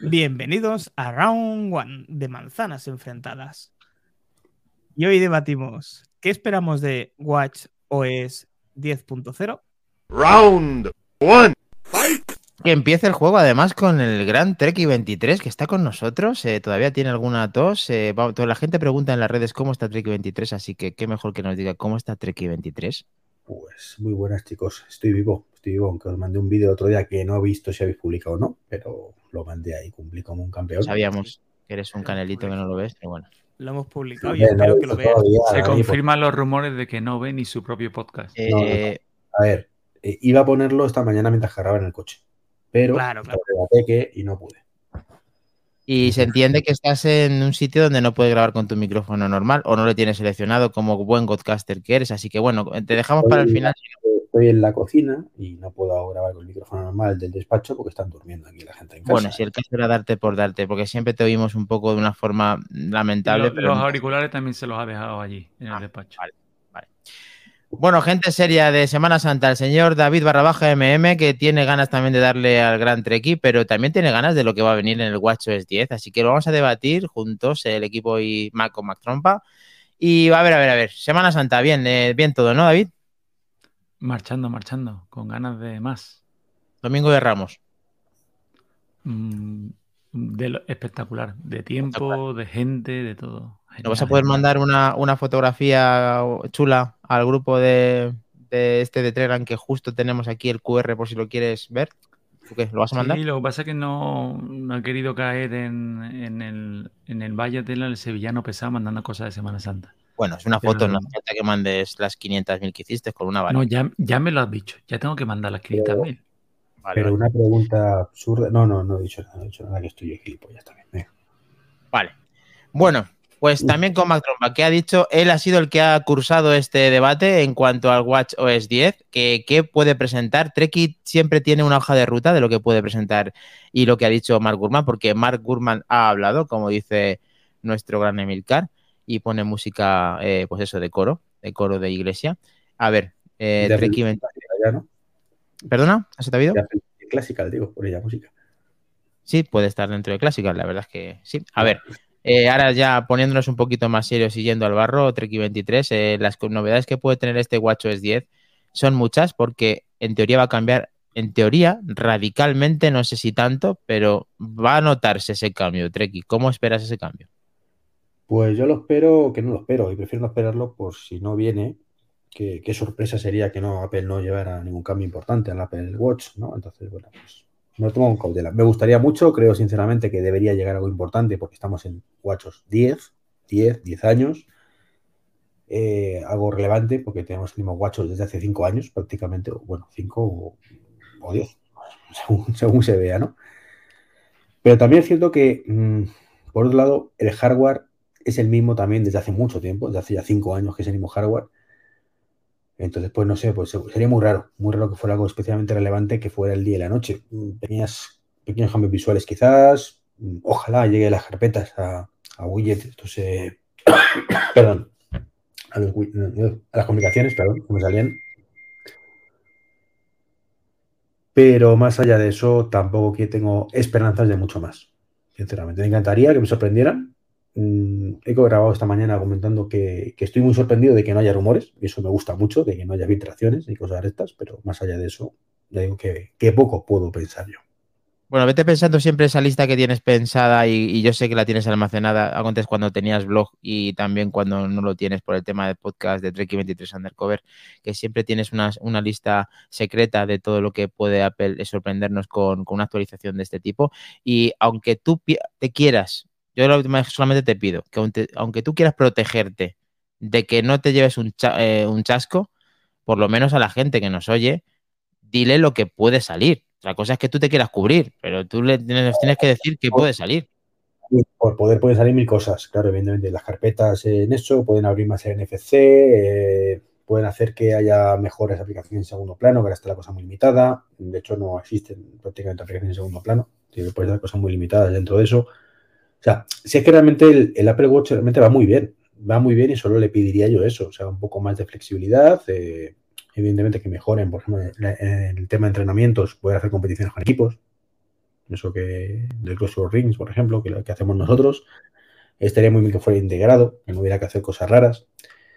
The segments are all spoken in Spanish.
Bienvenidos a Round 1 de Manzanas Enfrentadas. Y hoy debatimos, ¿qué esperamos de WatchOS 10.0? Round 1. Que empiece el juego además con el gran Treki 23 que está con nosotros. Todavía tiene alguna tos. Toda la gente pregunta en las redes cómo está Treki 23, así que qué mejor que nos diga cómo está Treki 23. Pues muy buenas, chicos. Estoy vivo, aunque os mandé un vídeo el otro día que no he visto si habéis publicado o no, pero lo mandé ahí, cumplí como un campeón. Sabíamos que eres un canelito que no lo ves, pero bueno. Lo hemos publicado y espero que lo veas. Se confirman los rumores de que no ve ni su propio podcast. A ver, iba a ponerlo esta mañana mientras cargaba en el coche, pero Claro. y no pude. Y se entiende que estás en un sitio donde no puedes grabar con tu micrófono normal o no lo tienes seleccionado como buen podcaster que eres, así que bueno, te dejamos para el final. Estoy en la cocina y no puedo grabar con el micrófono normal del despacho porque están durmiendo aquí la gente en casa. Bueno, si el caso era darte por darte, porque siempre te oímos un poco de una forma lamentable. Pero los auriculares también se los ha dejado allí, en el despacho. Vale. Bueno, gente seria de Semana Santa, el señor David _MM, que tiene ganas también de darle al Gran Treki, pero también tiene ganas de lo que va a venir en el WatchOS 10, así que lo vamos a debatir juntos, el equipo y Mac con Mac Trompa. Y a ver, Semana Santa, bien todo, ¿no, David? Marchando, con ganas de más. Domingo de Ramos. Espectacular, de tiempo, de gente, de todo. Genial, ¿Nos vas a poder mandar una fotografía chula al grupo de Telegram que justo tenemos aquí el QR por si lo quieres ver? ¿Tú qué? ¿Lo vas a mandar? Sí, lo que pasa es que no he querido caer en el valle del sevillano pesado mandando cosas de Semana Santa. Bueno, es una foto, no hace falta que mandes las 500.000 que hiciste con una vara. No, ya me lo has dicho, ya tengo que mandar las 500.000. Pero una pregunta absurda. No he dicho nada, que estoy gilipollas también. Vale. Bueno, pues también con Mac Trompa, que ha dicho, él ha sido el que ha cursado este debate en cuanto al WatchOS 10, que puede presentar. Treki siempre tiene una hoja de ruta de lo que puede presentar y lo que ha dicho Mark Gurman, porque Mark Gurman ha hablado, como dice nuestro gran Emilcar, y pone música, pues eso, de coro de iglesia. A ver, Treki 20. ¿No? ¿Perdona? ¿Has sabido? Classical, digo, por ella música. Sí, puede estar dentro de Classical, la verdad es que sí. A ver, ahora ya poniéndonos un poquito más serios y yendo al barro, Treki 23, las novedades que puede tener este WatchOS 10 son muchas porque en teoría va a cambiar, radicalmente, no sé si tanto, pero va a notarse ese cambio, Treki. ¿Cómo esperas ese cambio? Pues yo lo espero, que no lo espero, y prefiero no esperarlo por si no viene. Qué sorpresa sería que Apple no llevara ningún cambio importante al Apple Watch, ¿no? Entonces, bueno, pues me lo tomo con cautela. Me gustaría mucho, creo sinceramente que debería llegar algo importante porque estamos en WatchOS 10 años. Algo relevante porque tenemos el mismo WatchOS desde hace 5 años prácticamente, bueno, 5 o 10, según se vea, ¿no? Pero también es cierto que, por otro lado, el hardware es el mismo también desde hace mucho tiempo, desde hace ya 5 años que es el mismo hardware. Entonces, pues no sé, pues sería muy raro que fuera algo especialmente relevante que fuera el día y la noche. Pequeños cambios visuales quizás, ojalá llegue a las carpetas, a widgets, perdón, a las comunicaciones, perdón, que me salían. Pero más allá de eso, tampoco que tengo esperanzas de mucho más, sinceramente. Me encantaría que me sorprendieran. He grabado esta mañana comentando que estoy muy sorprendido de que no haya rumores, y eso me gusta mucho, de que no haya filtraciones y cosas de estas, pero más allá de eso, ya digo que poco puedo pensar yo. Bueno, vete pensando siempre esa lista que tienes pensada y yo sé que la tienes almacenada antes cuando tenías blog y también cuando no lo tienes por el tema del podcast de Treki 23 Undercover, que siempre tienes una lista secreta de todo lo que puede Apple sorprendernos con una actualización de este tipo. Y aunque tú te quieras, yo solamente te pido que aunque tú quieras protegerte de que no te lleves un chasco, por lo menos a la gente que nos oye, dile lo que puede salir. La cosa es que tú te quieras cubrir, pero tú les tienes que decir que puede salir. Y por poder pueden salir mil cosas, claro, evidentemente las carpetas en eso, pueden abrir más el NFC, pueden hacer que haya mejores aplicaciones en segundo plano, que ahora está la cosa muy limitada. De hecho, no existen prácticamente aplicaciones en segundo plano, puedes hacer cosas muy limitadas dentro de eso. O sea, si es que realmente el Apple Watch realmente va muy bien y solo le pediría yo eso, o sea, un poco más de flexibilidad, evidentemente que mejoren, por ejemplo, en el tema de entrenamientos, poder hacer competiciones con equipos, eso que del Close Rings, por ejemplo, que hacemos nosotros. Estaría muy bien que fuera integrado, que no hubiera que hacer cosas raras.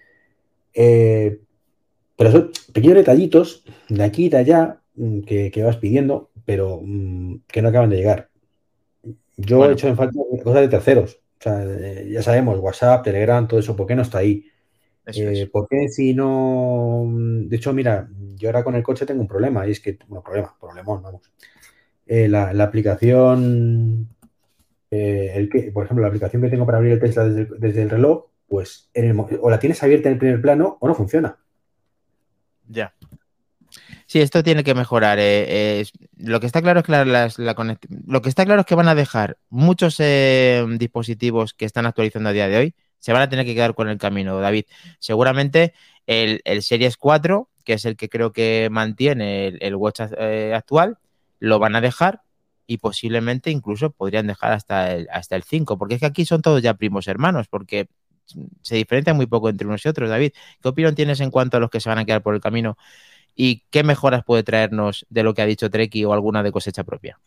Pero son pequeños detallitos de aquí y de allá que vas pidiendo, pero que no acaban de llegar. Yo he Bueno, hecho en falta cosas de terceros. O sea, ya sabemos, WhatsApp, Telegram, todo eso, ¿por qué no está ahí? Eso es. ¿Por qué si no? De hecho, mira, yo ahora con el coche tengo un problema, y es que, bueno, problemón, vamos. La aplicación, por ejemplo, la aplicación que tengo para abrir el Tesla desde el reloj, pues o la tienes abierta en el primer plano o no funciona. Ya. Sí, esto tiene que mejorar. Lo que está claro es que lo que está claro es que van a dejar muchos dispositivos que están actualizando a día de hoy, se van a tener que quedar con el camino, David. Seguramente el Series 4, que es el que creo que mantiene el Watch actual, lo van a dejar y posiblemente incluso podrían dejar hasta el 5, porque es que aquí son todos ya primos hermanos, porque se diferencian muy poco entre unos y otros. David, ¿qué opinión tienes en cuanto a los que se van a quedar por el camino? ¿Y qué mejoras puede traernos de lo que ha dicho Treki o alguna de cosecha propia?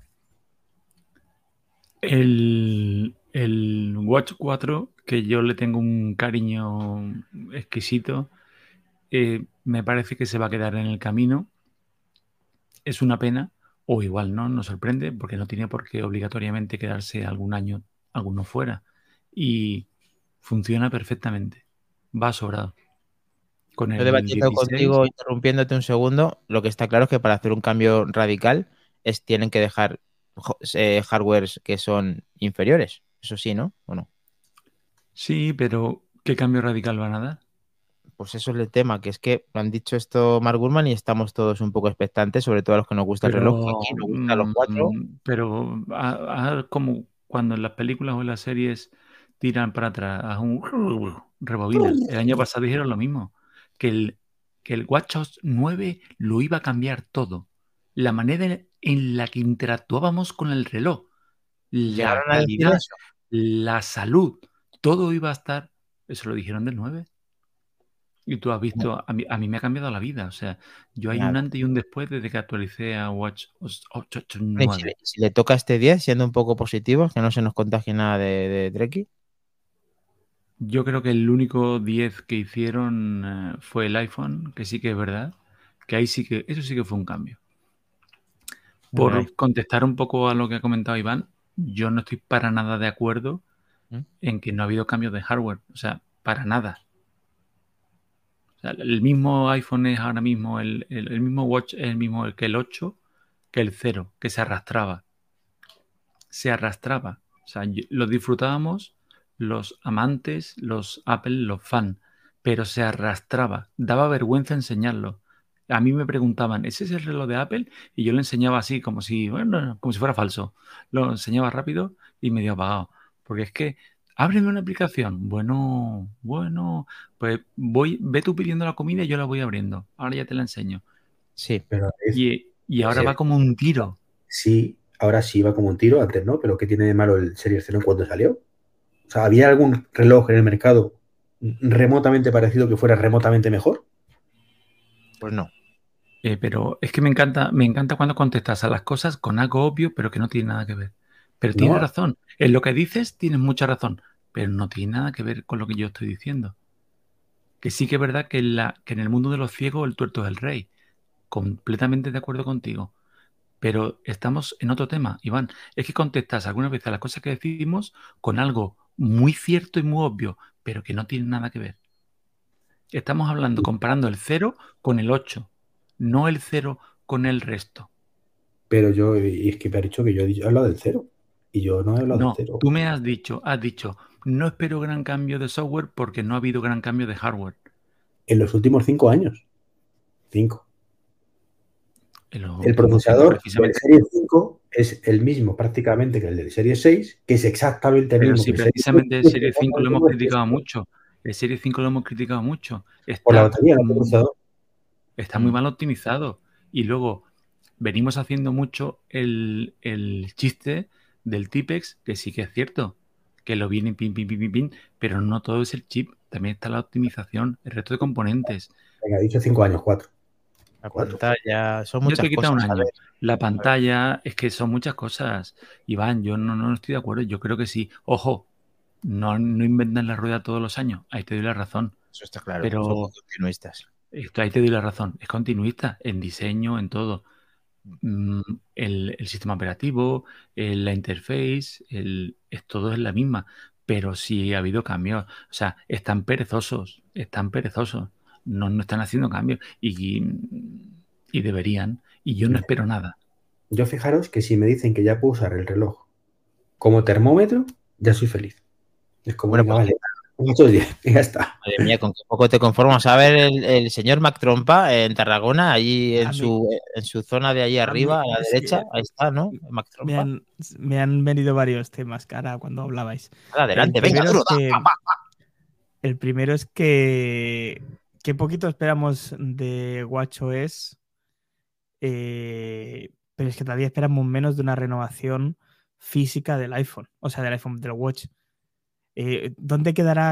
el Watch 4, que yo le tengo un cariño exquisito, me parece que se va a quedar en el camino. Es una pena, o igual no, nos sorprende, porque no tiene por qué obligatoriamente quedarse algún año, alguno fuera. Y funciona perfectamente. Va sobrado. Con Yo el debatiendo 16, contigo, interrumpiéndote un segundo, lo que está claro es que para hacer un cambio radical tienen que dejar hardwares que son inferiores. Eso sí, ¿no? ¿O no? sí, pero ¿qué cambio radical van a dar? Pues eso es el tema, que es que lo han dicho esto Mark Gurman y estamos todos un poco expectantes, sobre todo a los que nos gusta el reloj. Aquí Pero, nos gustan los cuatro. pero como cuando en las películas o en las series tiran para atrás, haz un rebobinan. El año pasado dijeron lo mismo, que el WatchOS 9 lo iba a cambiar todo. La manera en la que interactuábamos con el reloj, la ¿Llegaron a decir calidad, eso? la salud, todo iba a estar. Eso lo dijeron del 9. Y tú has No, visto, a mí me ha cambiado la vida. O sea, yo hay un nada. antes y un después desde que actualicé a Watch OS Y si 9. si le toca este 10, siendo un poco positivos, que no se nos contagie nada de Treki. Yo creo que el único 10 que hicieron fue el iPhone, que sí que es verdad, que ahí sí que, eso sí que fue un cambio. Por contestar un poco a lo que ha comentado Iván, yo no estoy para nada de acuerdo en que no ha habido cambios de hardware. O sea, para nada. O sea, el mismo iPhone es ahora mismo, el mismo Watch es el mismo que el 8, que el 0, que se arrastraba. Se arrastraba. O sea, lo disfrutábamos los amantes, los Apple, los fans, pero se arrastraba. Daba vergüenza enseñarlo. A mí me preguntaban, ¿ese es el reloj de Apple? Y yo lo enseñaba así, como si, bueno, como si fuera falso. Lo enseñaba rápido y medio apagado. Porque es que, ábreme una aplicación. Bueno, pues ve tú pidiendo la comida y yo la voy abriendo. Ahora ya te la enseño. Sí. Pero Y ahora ese- va como un tiro. sí, ahora sí va como un tiro, antes no, pero ¿qué tiene de malo el Series 0 en cuanto salió? O sea, ¿había algún reloj en el mercado remotamente parecido que fuera remotamente mejor? Pues no. Pero es que me encanta cuando contestas a las cosas con algo obvio, pero que no tiene nada que ver. Pero tienes No, razón. En lo que dices tienes mucha razón, pero no tiene nada que ver con lo que yo estoy diciendo. Que sí que es verdad que en el mundo de los ciegos el tuerto es el rey. Completamente de acuerdo contigo. Pero estamos en otro tema, Iván. Es que contestas algunas veces a las cosas que decimos con algo muy cierto y muy obvio, pero que no tiene nada que ver. Estamos hablando, comparando el 0 con el 8, no el 0 con el resto. pero y es que me ha dicho que yo he hablado del 0 y yo no he hablado del No, 0. tú me has dicho, no espero gran cambio de software porque no ha habido gran cambio de hardware. En los últimos 5 años. 5. En los El últimos 5, procesador del precisamente. Series 5 es el mismo prácticamente que el del Series 6, que es exactamente el Pero mismo si que el Series precisamente el 6, Serie 5 lo hemos criticado mucho. El Serie 5 lo hemos criticado mucho. por la Está, batería del procesador. está muy mal optimizado. Y luego venimos haciendo mucho el chiste del Tipex, que sí que es cierto, que lo viene pin, pin, pin, pin, pin, pero no todo es el chip. También está la optimización, el resto de componentes. Venga, he dicho 5 años, 4. La 4. pantalla, son Yo muchas te he quitado un cosas. A año. ver, La pantalla, es que son muchas cosas. Iván, yo no estoy de acuerdo. Yo creo que sí. Ojo, no inventan la rueda todos los años. Ahí te doy la razón. eso está claro. Pero Son continuistas. ahí te doy la razón. Es continuista en diseño, en todo. El sistema operativo, la interface, todo es la misma. Pero sí ha habido cambios. O sea, están perezosos. Están perezosos. No están haciendo cambios. Y deberían. Y yo no espero nada. Yo fijaros que si me dicen que ya puedo usar el reloj como termómetro, ya soy feliz. Es como, Bueno, venga, pues, vale, 8 días, y ya está. madre mía, con qué poco te conformas. A ver, el señor Mac Trompa en Tarragona, allí A mí- en su zona de allí a mí arriba, a la es derecha, que ahí está, ¿no? Mac me Trompa. han venido varios temas, cara, cuando hablabais. Adelante, El venga, primero duro, es que, el primero es que poquito esperamos de WatchOS, pero es que todavía esperamos menos de una renovación física del iPhone, o sea, del iPhone, del Watch. ¿Dónde quedará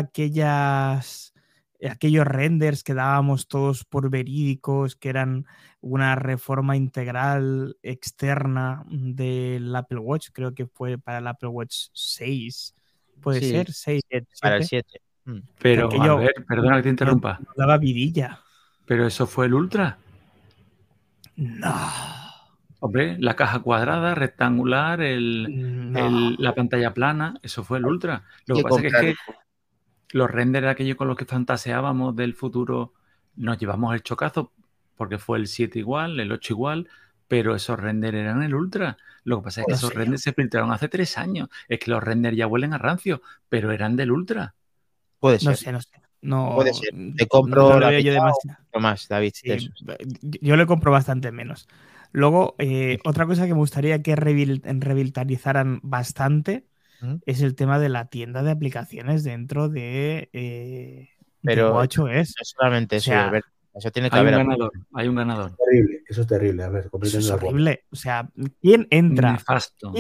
aquellos renders que dábamos todos por verídicos, que eran una reforma integral externa del Apple Watch? Creo que fue para el Apple Watch 6, puede Sí, ser, 6, para el 7, 7. Pero, aquello Albert, perdona que te interrumpa. nos daba vidilla. Pero eso fue el Ultra. No. Hombre, la caja cuadrada, rectangular, No. la pantalla plana, eso fue el Ultra. Lo que que pasa es comprar. que los renders aquellos con los que fantaseábamos del futuro, nos llevamos el chocazo porque fue el 7 igual, el 8 igual, pero esos renders eran el Ultra. Lo que pasa es que No esos sé. renders se filtraron hace 3 años. Es que los renders ya huelen a rancio, pero eran del Ultra. Puede No ser. sé, no sé. No, Puede ser. Te compro no le la veo yo mitad demasiado. o más, David. de Sí, esos. yo le compro bastante menos. Luego, otra cosa que me gustaría que revitalizaran bastante Ujú. es el tema de la tienda de aplicaciones dentro de Pero WatchOS. no solamente O eso, sea, Albert. Eso tiene que Hay un haber. ganador, hay un ganador. Terrible, eso es terrible. A ver, eso completamente es de acuerdo. horrible. O sea, ¿quién entra Nefasto.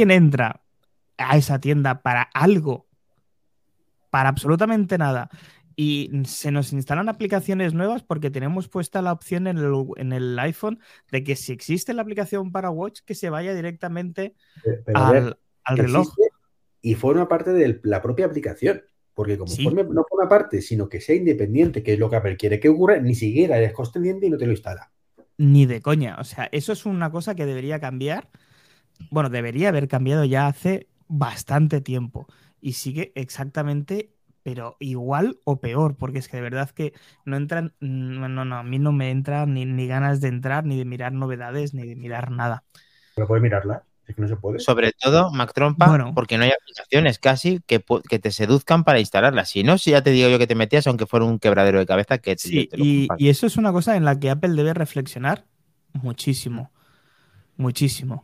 a esa tienda para algo? Para absolutamente nada. Y se nos instalan aplicaciones nuevas porque tenemos puesta la opción en el iPhone de que si existe la aplicación para Watch, que se vaya directamente Pero a ver, al reloj. existe y forma parte de la propia aplicación. Porque como Sí. no forma parte, sino que sea independiente, que es lo que Apple quiere que ocurra, ni siquiera eres consciente y no te lo instala. Ni de coña. O sea, eso es una cosa que debería cambiar. Bueno, debería haber cambiado ya hace bastante tiempo. Y sigue exactamente, pero igual o peor, porque es que de verdad que no entran, no, a mí no me entran ni ganas de entrar, ni de mirar novedades, ni de mirar nada. Pero puedes mirarla, es que no se puede. Sobre todo, Mac Trompa, Bueno. porque no hay aplicaciones casi que te seduzcan para instalarlas. Si no, si ya te digo yo que te metías, aunque fuera un quebradero de cabeza, que Sí, yo te lo comparto. y eso es una cosa en la que Apple debe reflexionar muchísimo, muchísimo.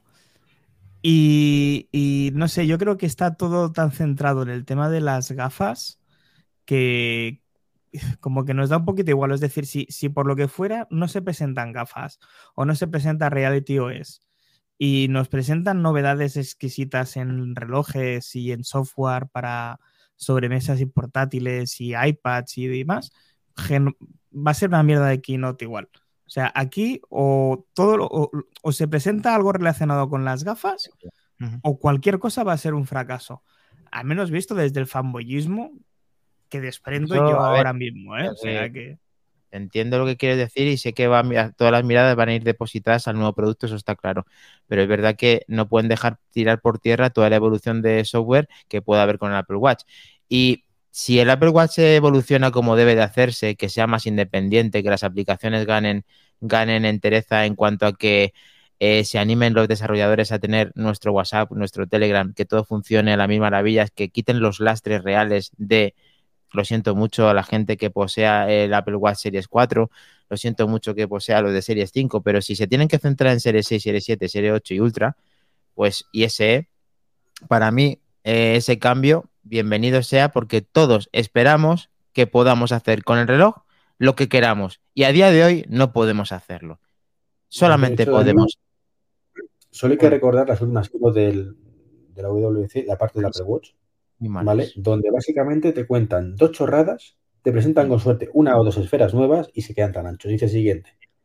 Y no sé, yo creo que está todo tan centrado en el tema de las gafas que como que nos da un poquito igual. Es decir, si por lo que fuera no se presentan gafas o no se presenta Reality OS y nos presentan novedades exquisitas en relojes y en software para sobremesas y portátiles y iPads y demás, va a ser una mierda de keynote igual. O sea, aquí o se presenta algo relacionado con las gafas o cualquier cosa va a ser un fracaso. Al menos visto desde el fanboyismo que desprendo yo ahora mismo, ¿eh? O sea que... Entiendo lo que quieres decir y sé que todas las miradas van a ir depositadas al nuevo producto, eso está claro. Pero es verdad que no pueden dejar tirar por tierra toda la evolución de software que pueda haber con el Apple Watch. Y si el Apple Watch evoluciona como debe de hacerse, que sea más independiente, que las aplicaciones ganen entereza en cuanto a que se animen los desarrolladores a tener nuestro WhatsApp, nuestro Telegram, que todo funcione a la misma maravilla, que quiten los lastres reales de... Lo siento mucho a la gente que posea el Apple Watch Series 4, lo siento mucho que posea los de Series 5, pero si se tienen que centrar en Series 6, Series 7, Series 8 y Ultra, pues y SE, para mí ese cambio, bienvenido sea, porque todos esperamos que podamos hacer con el reloj lo que queramos y a día de hoy no podemos hacerlo. Solamente hecho, podemos... Daniel, solo hay que recordar las últimas keynote de la WWDC, la parte del Apple Watch, ¿vale? Donde básicamente te cuentan 2 chorradas, te presentan con suerte 1 o 2 esferas nuevas y se quedan tan anchos. Dice siguiente.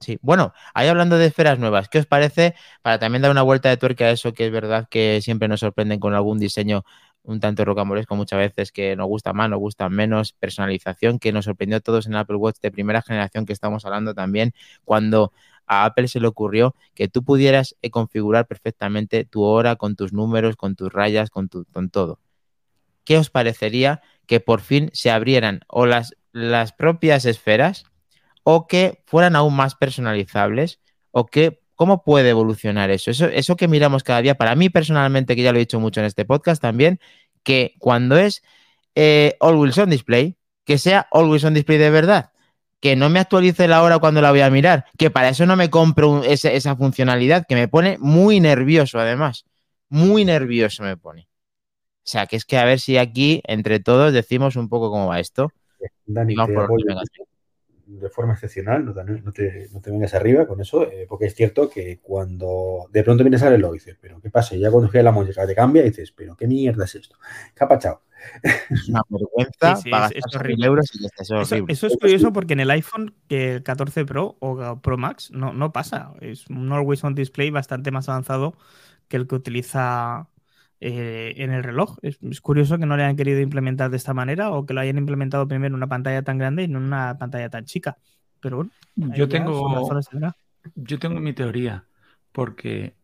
Sí, bueno, ahí hablando de esferas nuevas, ¿qué os parece? Para también dar una vuelta de tuerca a eso, que es verdad que siempre nos sorprenden con algún diseño un tanto rocambolesco muchas veces, que nos gusta más, nos gusta menos, personalización, que nos sorprendió a todos en Apple Watch de primera generación que estamos hablando también, cuando a Apple se le ocurrió que tú pudieras configurar perfectamente tu hora con tus números, con tus rayas, con todo. ¿Qué os parecería que por fin se abrieran o las propias esferas o que fueran aún más personalizables o que cómo puede evolucionar eso que miramos cada día? Para mí personalmente, que ya lo he dicho mucho en este podcast también, que cuando es Always On Display, que sea Always On Display de verdad, que no me actualice la hora cuando la voy a mirar, que para eso no me compro esa funcionalidad, que me pone muy nervioso además, muy nervioso me pone. O sea, que es que a ver si aquí, entre todos, decimos un poco cómo va esto. Y Dani, vamos te por apoyo venga. de forma excepcional, no te vengas arriba con eso, porque es cierto que cuando de pronto vienes a verlo y dices, pero ¿qué pasa? Y ya cuando gira la música te cambia y dices, pero ¿qué mierda es esto? ¿Qué ha pasado? Es una vergüenza Sí, para es gastarse 1.000 horrible. euros y que esté horrible. Eso es curioso porque en el iPhone, que el 14 Pro o Pro Max, no pasa. Es un Always On Display bastante más avanzado que el que utiliza en el reloj. Es curioso que no lo hayan querido implementar de esta manera o que lo hayan implementado primero en una pantalla tan grande y no en una pantalla tan chica. Pero bueno, ahí Yo ya son tengo, razones de verdad. yo tengo mi teoría, porque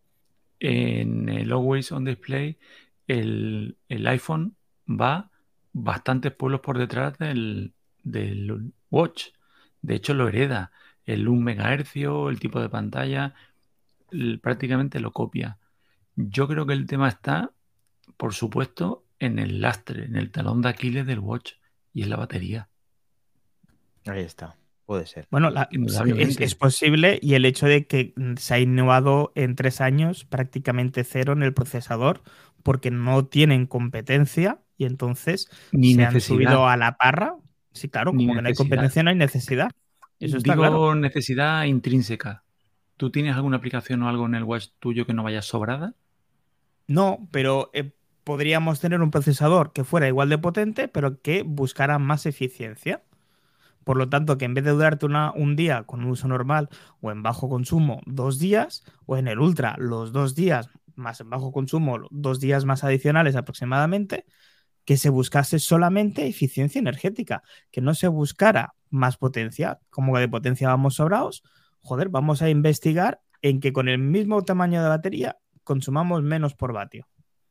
en el Always On Display el iPhone va bastantes pueblos por detrás del Watch. De hecho, lo hereda. El 1 megahercio, el tipo de pantalla, prácticamente lo copia. Yo creo que el tema está, por supuesto, en el lastre, en el talón de Aquiles del Watch y en la batería. Ahí está, puede ser. Bueno, Indudablemente. es posible, y el hecho de que se ha innovado en 3 años prácticamente cero en el procesador porque no tienen competencia y entonces Ni se han necesidad, subido a la parra. Sí, claro, ni como que no hay necesidad. competencia, no hay necesidad. Eso está claro. Digo necesidad intrínseca. ¿Tú tienes alguna aplicación o algo en el Watch tuyo que no vaya sobrada? No, pero podríamos tener un procesador que fuera igual de potente, pero que buscara más eficiencia. Por lo tanto, que en vez de durarte un día con un uso normal o en bajo consumo 2 días, o en el ultra los 2 días más en bajo consumo 2 días más adicionales aproximadamente, que se buscase solamente eficiencia energética, que no se buscara más potencia. Como que de potencia vamos sobrados, joder, vamos a investigar en que con el mismo tamaño de batería consumamos menos por vatio.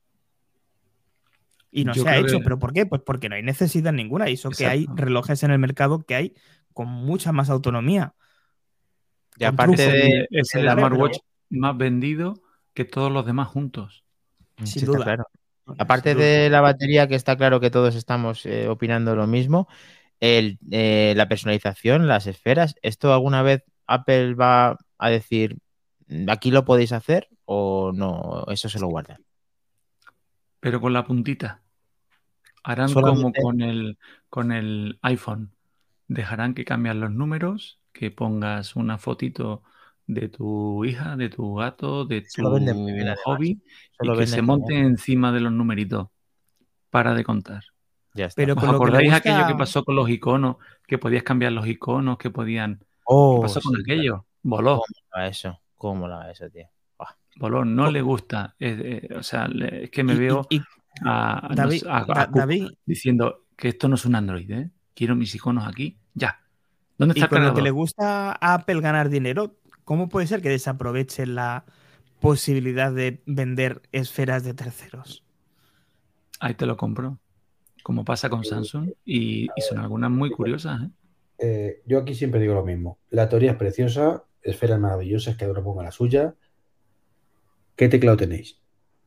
Y no Yo se ha creo hecho. que... ¿Pero por qué? Pues porque no hay necesidad ninguna. Y eso que hay Exacto. relojes en el mercado que hay con mucha más autonomía, Y con aparte Es truco. es de el la ¿Vale? smartwatch Pero más vendido que todos los demás juntos. sin sí, está duda. claro. Sin Aparte duda. de la batería, que está claro que todos estamos opinando lo mismo, la personalización, las esferas, ¿esto alguna vez Apple va a decir, aquí lo podéis hacer o no? Eso se lo guardan. Pero con la puntita. Harán como Solamente, con el iPhone. Dejarán que cambien los números, que pongas una fotito de tu hija, de tu gato, de eso lo venden muy bien tu además. hobby Eso y lo que venden se genial. monten encima de los numeritos. Para de contar. Ya está. Pero ¿Os con lo que le acordáis aquello que gusta. pasó con los iconos? Que podías cambiar los iconos, que podían... ¿Qué Oh, pasó con sí, claro. aquello? ¿Cómo Voló. va eso? ¿Cómo va eso, tío? Buah. Voló. No co- le gusta. O sea, es que me Y, veo y no David, sé, a Cook David, diciendo que esto no es un Android, ¿eh? Quiero mis iconos aquí. Ya. ¿Dónde está y el con lo que le cargador? gusta a Apple ganar dinero, ¿cómo puede ser que desaproveche la posibilidad de vender esferas de terceros? Ahí te lo compro. Como pasa con Samsung. Y son algunas muy curiosas, ¿eh? Yo aquí siempre digo lo mismo. La teoría es preciosa, esferas maravillosas, que cada uno ponga la suya. ¿Qué teclado tenéis?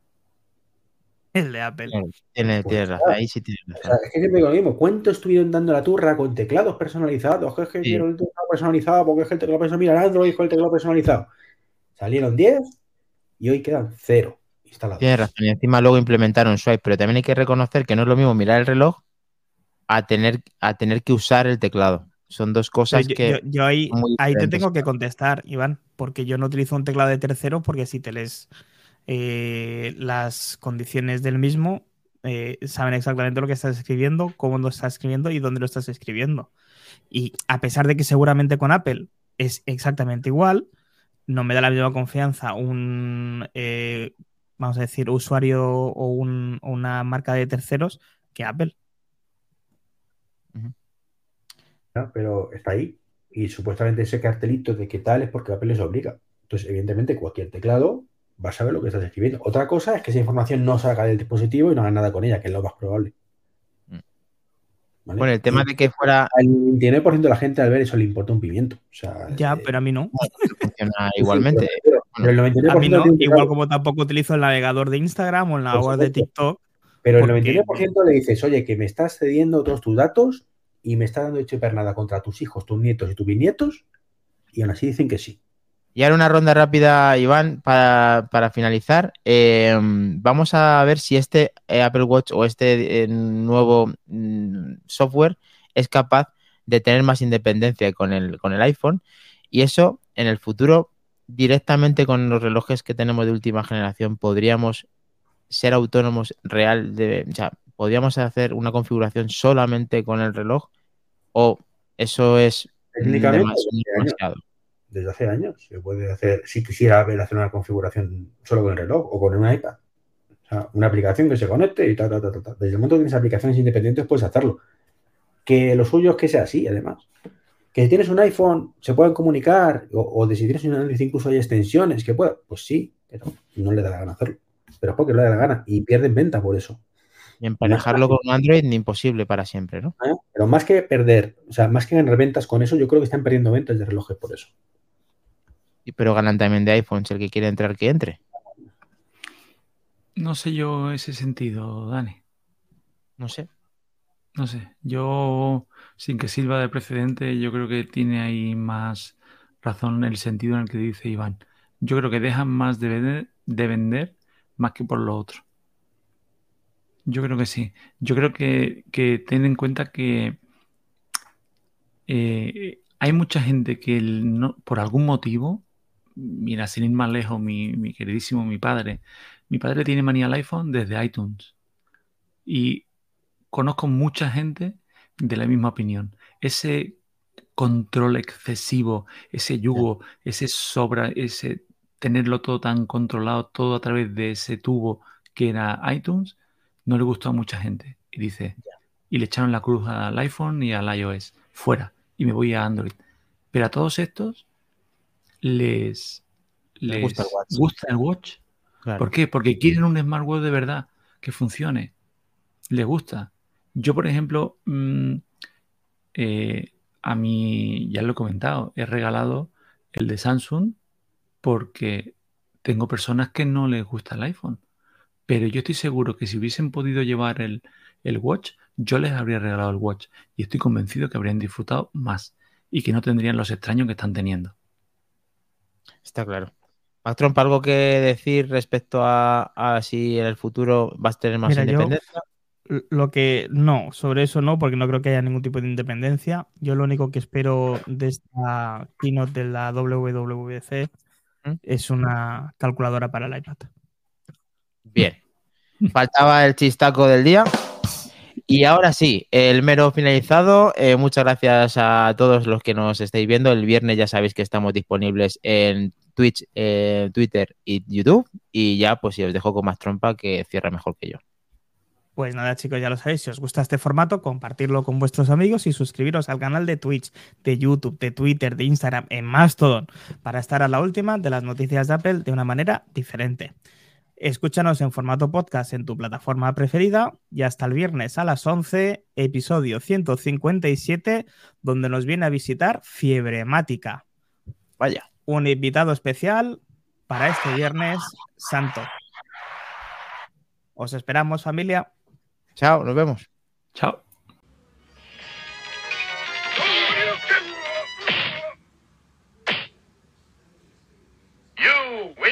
El de Apple. Claro, Pues tienes razón, ahí sí tienes o sea, razón. es que siempre digo lo mismo. ¿Cuánto estuvieron dando la turra con teclados personalizados? Que es que Sí, quiero el teclado personalizado porque es que el teclado personalizado. Mira, el Android con el teclado personalizado. Salieron 10 y hoy quedan 0 tienes instalados. razón. Y encima luego implementaron Swipe, pero también hay que reconocer que no es lo mismo mirar el reloj a tener que usar el teclado. Son dos Pero cosas que yo son muy ahí te diferentes. tengo que contestar, Iván, porque yo no utilizo un teclado de tercero porque si te lees las condiciones del mismo, saben exactamente lo que estás escribiendo, cómo lo estás escribiendo y dónde lo estás escribiendo. Y a pesar de que seguramente con Apple es exactamente igual. No me da la misma confianza un, vamos a decir, usuario o una marca de terceros que Apple. ¿no? Pero está ahí. Y supuestamente ese cartelito de qué tal es porque Apple les obliga. Entonces, evidentemente, cualquier teclado va a saber lo que estás escribiendo. Otra cosa es que esa información no salga del dispositivo y no haga nada con ella, que es lo más probable. ¿Vale? Bueno, el tema de que fuera... Al 99% de la gente al ver eso le importa un pimiento. O sea, Ya, pero a mí no. funciona igualmente. pero el Bueno, 99% A mí no, tiene un igual teclado. como tampoco utilizo el navegador de Instagram o el navegador de Supuesto. TikTok. Pero el Porque 99% le dices, oye, que me estás cediendo todos tus datos y me estás dando hecho y pernada contra tus hijos, tus nietos y tus bisnietos, y aún así dicen que sí. y ahora una ronda rápida, Iván, para finalizar. Vamos a ver si este Apple Watch o este nuevo software es capaz de tener más independencia con el iPhone. Y eso, en el futuro, directamente con los relojes que tenemos de última generación, podríamos ser autónomos o sea, podríamos hacer una configuración solamente con el reloj, o eso es Técnicamente, demasiado. desde hace años se puede hacer, si quisiera hacer una configuración solo con el reloj o con un iPad. O sea, una aplicación que se conecte y tal. Desde el momento que tienes aplicaciones independientes puedes hacerlo. Que lo suyo es que sea así, además. Que si tienes un iPhone se puedan comunicar o de si tienes un Android incluso hay extensiones que puedan. Pues sí, pero no le da la gana hacerlo. Pero es porque no le da la gana y pierden venta por eso. Y emparejarlo con un Android ni imposible para siempre, ¿no? Pero más que perder, o sea, más que ganar ventas con eso, yo creo que están perdiendo ventas de relojes por eso. Pero ganan también de iPhones, el que quiere entrar, que entre. No sé yo ese sentido, Dani. No sé. No sé. Yo, sin que sirva de precedente, yo creo que tiene ahí más razón el sentido en el que dice Iván. Yo creo que dejan más de vender más que por lo otro. Yo creo que sí. Yo creo que ten en cuenta que hay mucha gente que por algún motivo, mira, sin ir más lejos, mi queridísimo mi padre tiene manía al iPhone desde iTunes. Y conozco mucha gente de la misma opinión. Ese control excesivo, ese yugo, ese tenerlo todo tan controlado, todo a través de ese tubo que era iTunes, no le gustó a mucha gente. Y dice, y le echaron la cruz al iPhone y al iOS, fuera, y me voy a Android. Pero a todos estos les gusta el Watch. gusta el Watch. Claro. ¿Por qué? Porque quieren un smartwatch de verdad que funcione. Les gusta. Yo, por ejemplo, a mí, ya lo he comentado, he regalado el de Samsung porque tengo personas que no les gusta el iPhone. Pero yo estoy seguro que si hubiesen podido llevar el Watch, yo les habría regalado el Watch. Y estoy convencido que habrían disfrutado más y que no tendrían los extraños que están teniendo. Está claro. Mac Trump, ¿algo que decir respecto a si en el futuro vas a tener más Mira, independencia? lo que no, sobre eso no, porque no creo que haya ningún tipo de independencia. Yo lo único que espero de esta keynote de la WWDC ¿Mm? es una calculadora para el iPad. Bien. Faltaba el chistaco del día. Y ahora sí, el mero finalizado. Muchas gracias a todos los que nos estáis viendo. El viernes ya sabéis que estamos disponibles en Twitch, Twitter y YouTube. Y ya, pues si os dejo con más trompa, que cierra mejor que yo. Pues nada, chicos, ya lo sabéis. Si os gusta este formato, compartirlo con vuestros amigos y suscribiros al canal de Twitch, de YouTube, de Twitter, de Instagram, en Mastodon, para estar a la última de las noticias de Apple de una manera diferente. Escúchanos en formato podcast en tu plataforma preferida y hasta el viernes a las 11, episodio 157, donde nos viene a visitar Fiebremática. Vaya. Un invitado especial para este viernes santo. Os esperamos, familia. Chao, nos vemos. Chao. You win.